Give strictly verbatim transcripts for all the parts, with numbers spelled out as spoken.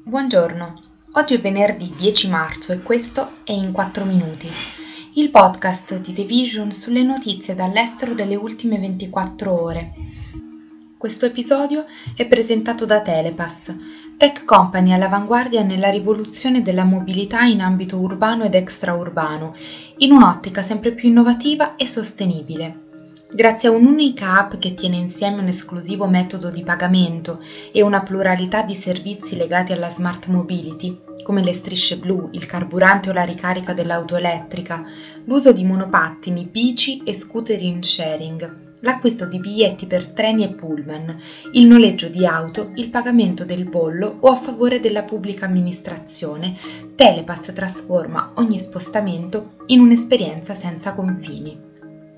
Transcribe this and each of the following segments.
Buongiorno, oggi è venerdì dieci marzo e questo è In quattro minuti, il podcast di The Vision sulle notizie dall'estero delle ultime ventiquattro ore. Questo episodio è presentato da Telepass, tech company all'avanguardia nella rivoluzione della mobilità in ambito urbano ed extraurbano, in un'ottica sempre più innovativa e sostenibile. Grazie a un'unica app che tiene insieme un esclusivo metodo di pagamento e una pluralità di servizi legati alla smart mobility, come le strisce blu, il carburante o la ricarica dell'auto elettrica, l'uso di monopattini, bici e scooter in sharing, l'acquisto di biglietti per treni e pullman, il noleggio di auto, il pagamento del bollo o a favore della pubblica amministrazione, Telepass trasforma ogni spostamento in un'esperienza senza confini.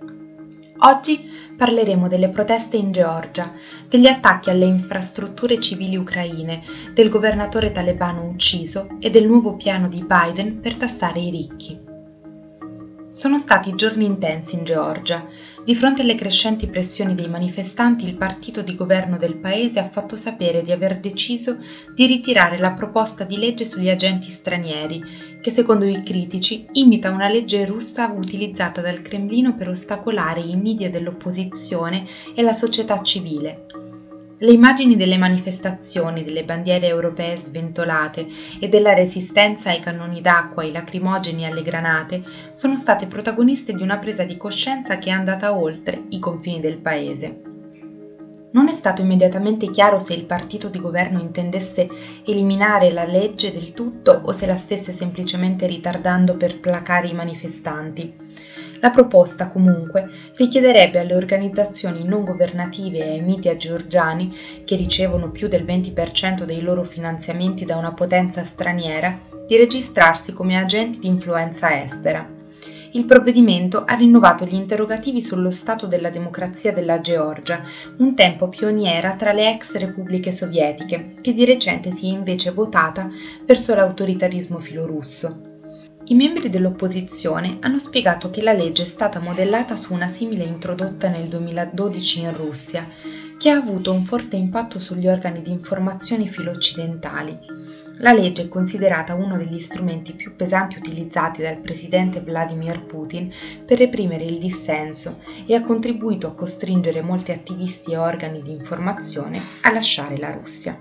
Oggi parleremo delle proteste in Georgia, degli attacchi alle infrastrutture civili ucraine, del governatore talebano ucciso e del nuovo piano di Biden per tassare i ricchi. Sono stati giorni intensi in Georgia. Di fronte alle crescenti pressioni dei manifestanti, il partito di governo del paese ha fatto sapere di aver deciso di ritirare la proposta di legge sugli agenti stranieri, che secondo i critici imita una legge russa utilizzata dal Cremlino per ostacolare i media dell'opposizione e la società civile. Le immagini delle manifestazioni, delle bandiere europee sventolate e della resistenza ai cannoni d'acqua, ai lacrimogeni e alle granate sono state protagoniste di una presa di coscienza che è andata oltre i confini del paese. Non è stato immediatamente chiaro se il partito di governo intendesse eliminare la legge del tutto o se la stesse semplicemente ritardando per placare i manifestanti. La proposta, comunque, richiederebbe alle organizzazioni non governative e ai media georgiani, che ricevono più del venti per cento dei loro finanziamenti da una potenza straniera, di registrarsi come agenti di influenza estera. Il provvedimento ha rinnovato gli interrogativi sullo stato della democrazia della Georgia, un tempo pioniera tra le ex repubbliche sovietiche, che di recente si è invece votata verso l'autoritarismo filorusso. I membri dell'opposizione hanno spiegato che la legge è stata modellata su una simile introdotta nel duemiladodici in Russia, che ha avuto un forte impatto sugli organi di informazione filo-occidentali. La legge è considerata uno degli strumenti più pesanti utilizzati dal presidente Vladimir Putin per reprimere il dissenso e ha contribuito a costringere molti attivisti e organi di informazione a lasciare la Russia.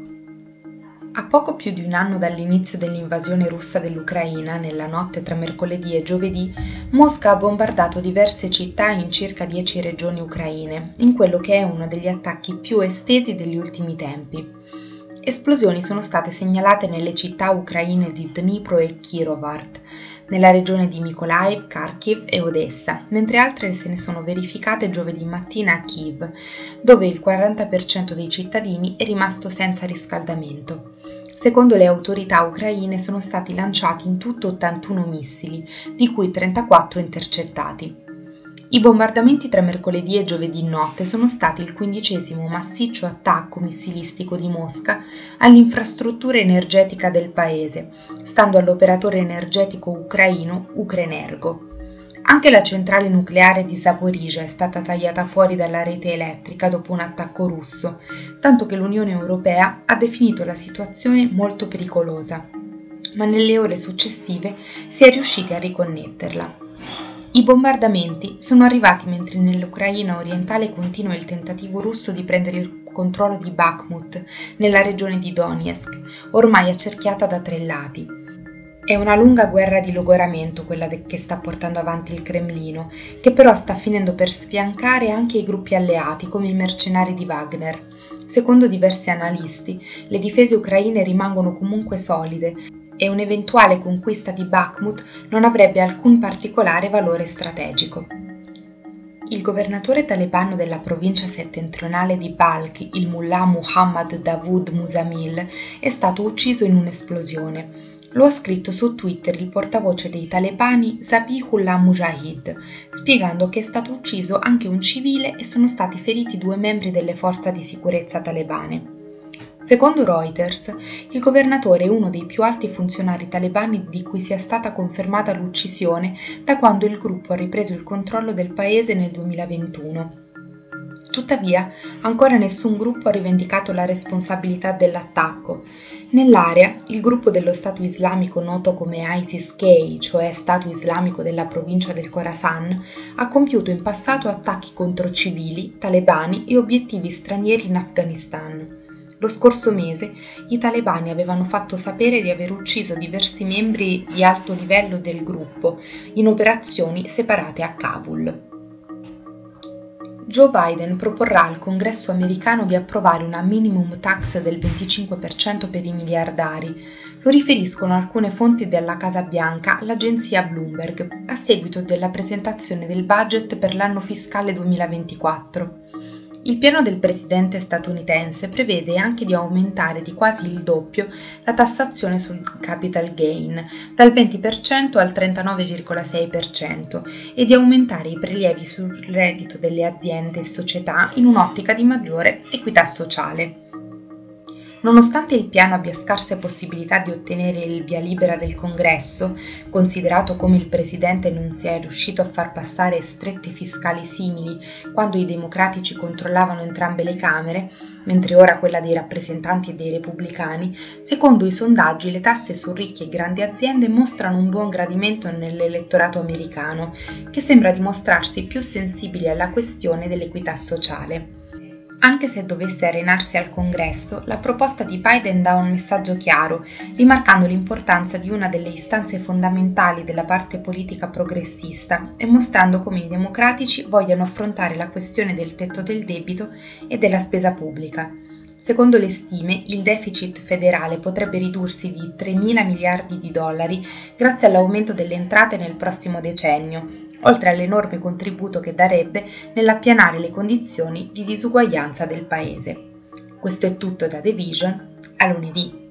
A poco più di un anno dall'inizio dell'invasione russa dell'Ucraina, nella notte tra mercoledì e giovedì, Mosca ha bombardato diverse città in circa dieci regioni ucraine, in quello che è uno degli attacchi più estesi degli ultimi tempi. Esplosioni sono state segnalate nelle città ucraine di Dnipro e Kirovar, nella regione di Mykolaiv, Kharkiv e Odessa, mentre altre se ne sono verificate giovedì mattina a Kiev, dove il quaranta per cento dei cittadini è rimasto senza riscaldamento. Secondo le autorità ucraine sono stati lanciati in tutto ottantuno missili, di cui trentaquattro intercettati. I bombardamenti tra mercoledì e giovedì notte sono stati il quindicesimo massiccio attacco missilistico di Mosca all'infrastruttura energetica del paese, stando all'operatore energetico ucraino Ukrenergo. Anche la centrale nucleare di Zaporizhzhia è stata tagliata fuori dalla rete elettrica dopo un attacco russo, tanto che l'Unione Europea ha definito la situazione molto pericolosa, ma nelle ore successive si è riusciti a riconnetterla. I bombardamenti sono arrivati mentre nell'Ucraina orientale continua il tentativo russo di prendere il controllo di Bakhmut, nella regione di Donetsk, ormai accerchiata da tre lati. È una lunga guerra di logoramento quella de- che sta portando avanti il Cremlino, che però sta finendo per sfiancare anche i gruppi alleati come i mercenari di Wagner. Secondo diversi analisti, le difese ucraine rimangono comunque solide e un'eventuale conquista di Bakhmut non avrebbe alcun particolare valore strategico. Il governatore talebano della provincia settentrionale di Balkh, il mullah Muhammad Dawood Musamil, è stato ucciso in un'esplosione. Lo ha scritto su Twitter il portavoce dei talebani Zabihullah Mujahid, spiegando che è stato ucciso anche un civile e sono stati feriti due membri delle forze di sicurezza talebane. Secondo Reuters, il governatore è uno dei più alti funzionari talebani di cui sia stata confermata l'uccisione da quando il gruppo ha ripreso il controllo del paese nel duemilaventuno. Tuttavia, ancora nessun gruppo ha rivendicato la responsabilità dell'attacco. Nell'area, il gruppo dello Stato islamico noto come ISIS-K, cioè Stato islamico della provincia del Khorasan, ha compiuto in passato attacchi contro civili, talebani e obiettivi stranieri in Afghanistan. Lo scorso mese i talebani avevano fatto sapere di aver ucciso diversi membri di alto livello del gruppo in operazioni separate a Kabul. Joe Biden proporrà al Congresso americano di approvare una minimum tax del venticinque per cento per i miliardari. Lo riferiscono alcune fonti della Casa Bianca all'agenzia Bloomberg, a seguito della presentazione del budget per l'anno fiscale duemilaventiquattro. Il piano del presidente statunitense prevede anche di aumentare di quasi il doppio la tassazione sul capital gain, dal venti per cento al trentanove virgola sei per cento, e di aumentare i prelievi sul reddito delle aziende e società in un'ottica di maggiore equità sociale. Nonostante il piano abbia scarse possibilità di ottenere il via libera del Congresso, considerato come il presidente non sia riuscito a far passare strette fiscali simili quando i democratici controllavano entrambe le Camere, mentre ora quella dei rappresentanti e dei repubblicani, secondo i sondaggi le tasse su ricchi e grandi aziende mostrano un buon gradimento nell'elettorato americano, che sembra dimostrarsi più sensibile alla questione dell'equità sociale. Anche se dovesse arenarsi al Congresso, la proposta di Biden dà un messaggio chiaro, rimarcando l'importanza di una delle istanze fondamentali della parte politica progressista e mostrando come i democratici vogliano affrontare la questione del tetto del debito e della spesa pubblica. Secondo le stime, il deficit federale potrebbe ridursi di tremila miliardi di dollari grazie all'aumento delle entrate nel prossimo decennio, oltre all'enorme contributo che darebbe nell'appianare le condizioni di disuguaglianza del paese. Questo è tutto da The Vision, a lunedì.